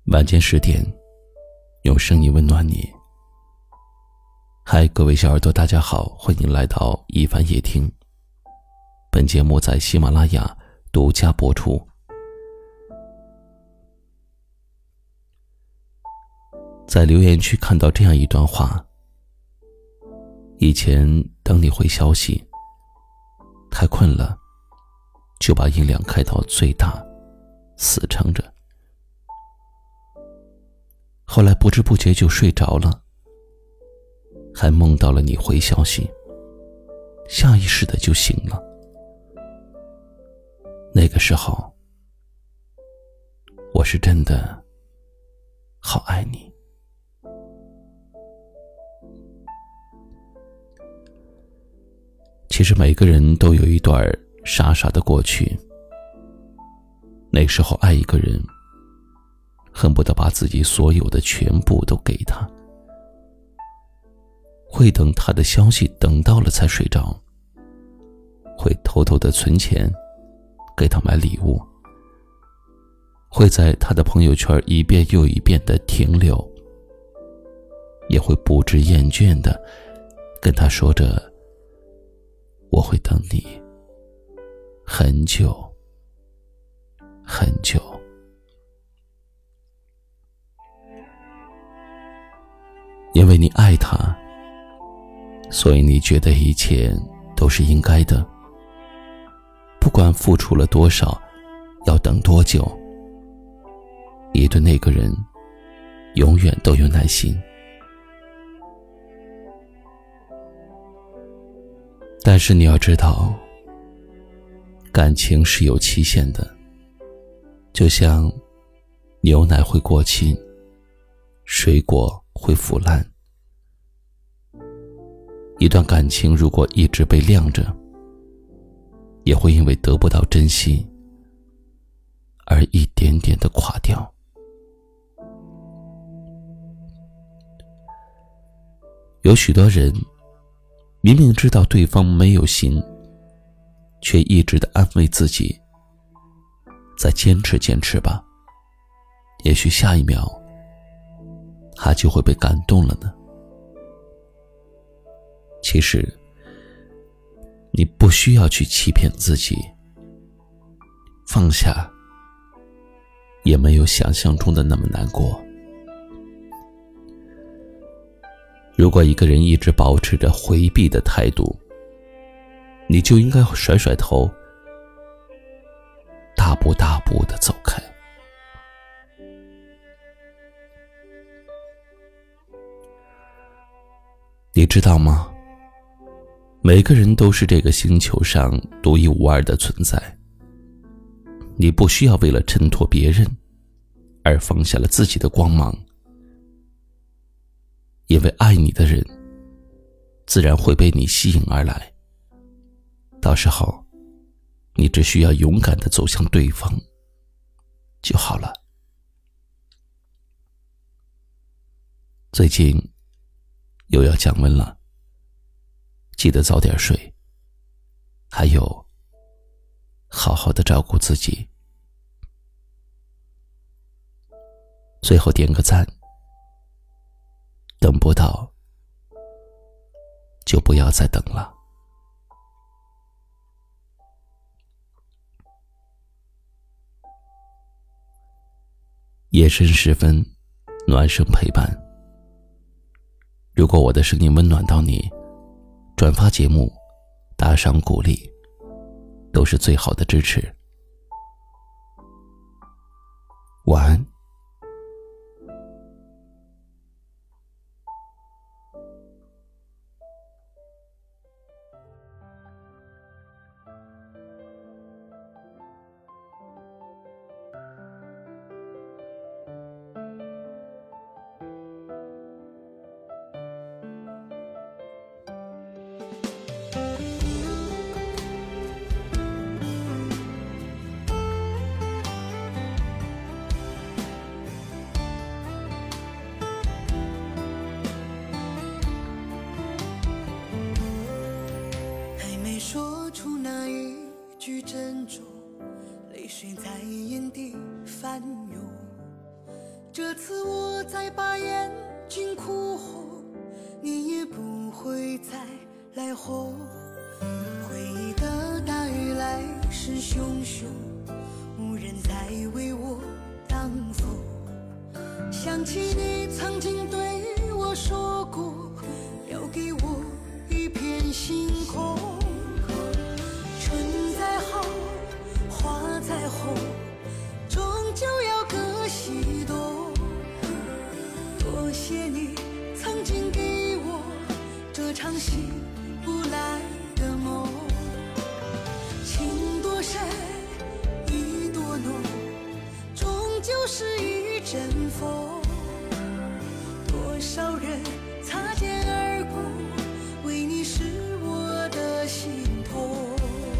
晚间10点，用声音温暖你。嗨，各位小耳朵，大家好，欢迎来到一凡夜听。本节目在喜马拉雅独家播出。在留言区看到这样一段话：以前等你回消息，太困了，就把音量开到最大，死撑着。后来不知不觉就睡着了，还梦到了你回消息，下意识的就醒了。那个时候，我是真的好爱你。其实每个人都有一段傻傻的过去，那时候爱一个人，恨不得把自己所有的全部都给他，会等他的消息等到了才睡着，会偷偷的存钱给他买礼物，会在他的朋友圈一遍又一遍的停留，也会不知厌倦的跟他说着我会等你很久很久。因为你爱他，所以你觉得一切都是应该的，不管付出了多少，要等多久，你对那个人永远都有耐心。但是你要知道，感情是有期限的，就像牛奶会过期，水果会腐烂。一段感情如果一直被晾着，也会因为得不到珍惜而一点点的垮掉。有许多人明明知道对方没有心，却一直的安慰自己，再坚持坚持吧，也许下一秒他就会被感动了呢。其实你不需要去欺骗自己，放下也没有想象中的那么难过。如果一个人一直保持着回避的态度，你就应该甩甩头，大步大步地走开。你知道吗？每个人都是这个星球上独一无二的存在，你不需要为了衬托别人而放下了自己的光芒，因为爱你的人自然会被你吸引而来，到时候你只需要勇敢地走向对方就好了。最近又要降温了，记得早点睡，还有好好的照顾自己。最后点个赞，等不到就不要再等了。夜深时分，暖声陪伴。如果我的声音温暖到你，转发节目，打赏鼓励，都是最好的支持。晚安。 句珍重，泪水在眼底翻涌， 这次我再把眼睛哭红，你也不会再来哄。回忆的大雨来势汹汹，无人再为我挡风。想起你曾经对我说过，要给我一片星空。春再好，花再红，终究要各西东。多谢你曾经给我这场醒不来的梦。情多深，意多浓，终究是一阵风。多少人擦肩而过，为你是我的心痛。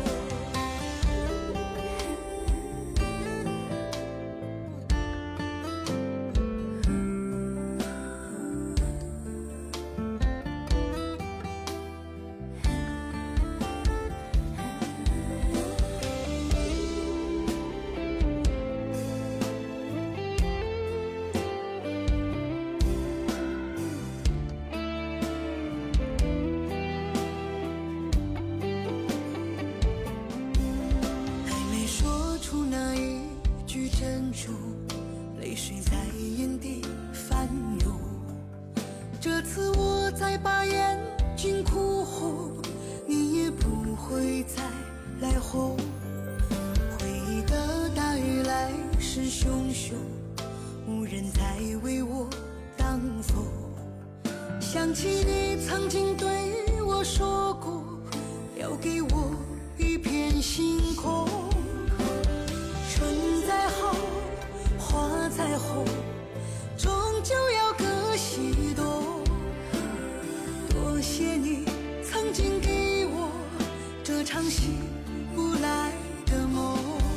珍珠，泪水在眼底翻涌。这次我再把眼睛哭红，你也不会再来哄。回忆的大雨来势汹汹，无人再为我挡风。想起你曾经对我说过，要给我一片星空。春再好，花再红，终究要各西东。多谢你曾经给我这场醒不来的梦。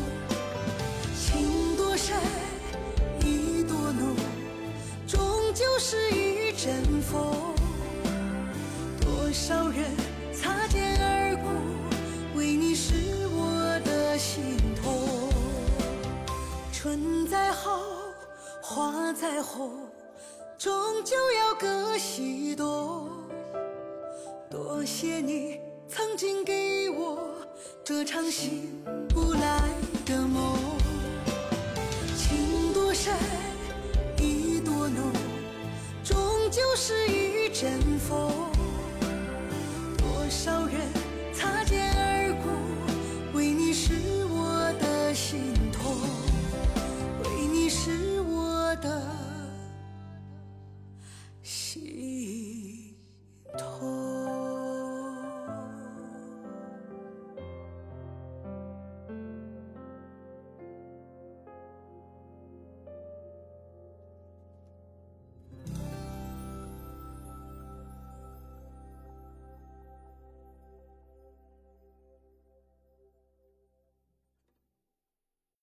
情多深，意多浓，终究是一阵风。多少人擦肩而过，为你是我的心痛。春再好，花再红，终究要各西东。多谢你曾经给我这场醒不来的梦。情多深，意多浓，终究是一阵风。多少人